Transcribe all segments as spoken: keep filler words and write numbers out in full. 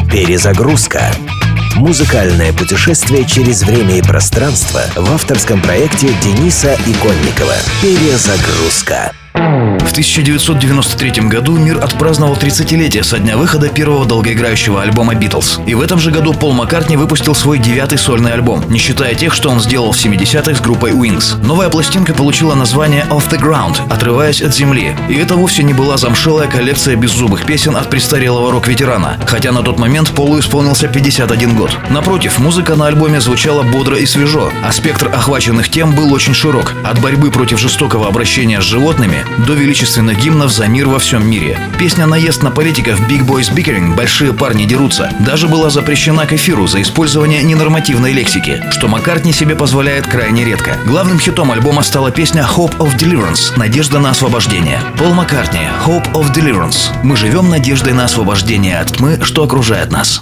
Перезагрузка. Музыкальное путешествие через время и пространство в авторском проекте Дениса Иконникова. Перезагрузка. В тысяча девятьсот девяносто третьем году мир отпраздновал тридцатилетие со дня выхода первого долгоиграющего альбома «Битлз». И в этом же году Пол Маккартни выпустил свой девятый сольный альбом, не считая тех, что он сделал в семидесятых с группой Wings. Новая пластинка получила название «Off the Ground», отрываясь от земли. И это вовсе не была замшелая коллекция беззубых песен от престарелого рок-ветерана, хотя на тот момент Полу исполнился пятьдесят один год. Напротив, музыка на альбоме звучала бодро и свежо, а спектр охваченных тем был очень широк, от борьбы против жестокого обращения с животными до величественных гимнов за мир во всем мире. Песня «Наезд на политиков» Big Boys Bickering «Большие парни дерутся» даже была запрещена к эфиру за использование ненормативной лексики, что Маккартни себе позволяет крайне редко. Главным хитом альбома стала песня «Hope of Deliverance» «Надежда на освобождение». Пол Маккартни «Hope of Deliverance». Мы живем надеждой на освобождение от тьмы, что окружает нас.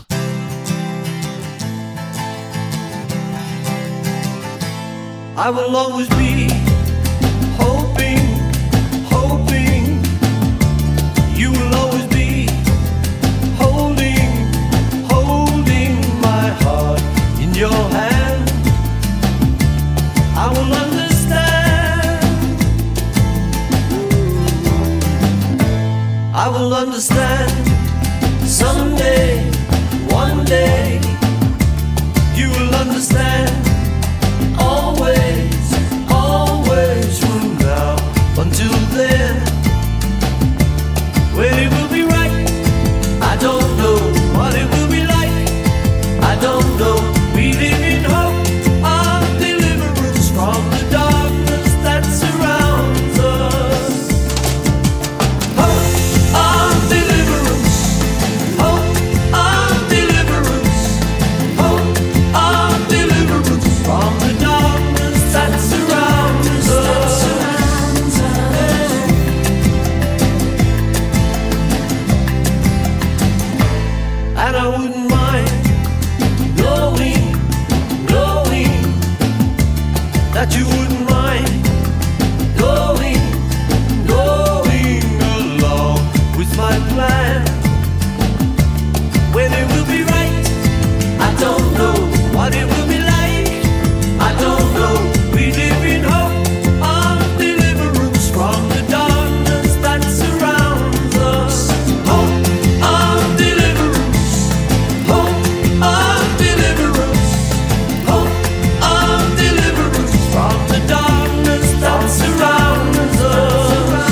I will always be hoping, hoping. You will always be holding, holding my heart in your hand. I will understand. I will understand someday, one day. You will understand. Always, always from now until then. When it will be right, I don't know. What it will be like, I don't know. We live in hope of deliverance from the darkness that surrounds us. Hope of deliverance, hope of deliverance, hope of deliverance from the darkness that surrounds us. And I wouldn't mind knowing, knowing that you wouldn't mind going, going along with my plan. When it will be right, I don't know. What it will be like, I don't know. We live in hope of deliverance from the darkness that surrounds us. Hope of deliverance, hope of deliverance, hope of deliverance from the darkness that surrounds us.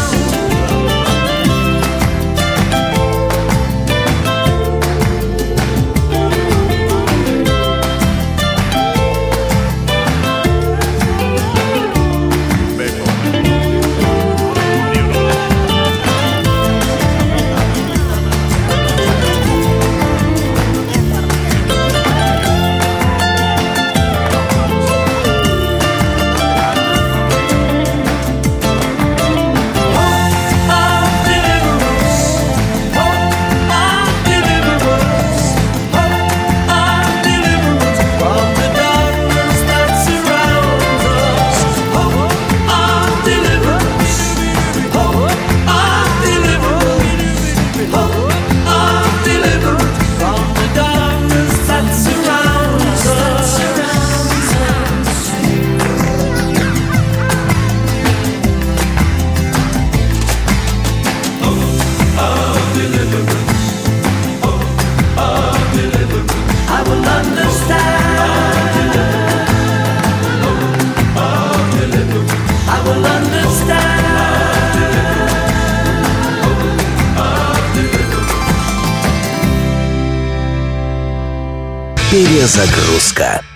I will understand. I will understand. Перезагрузка.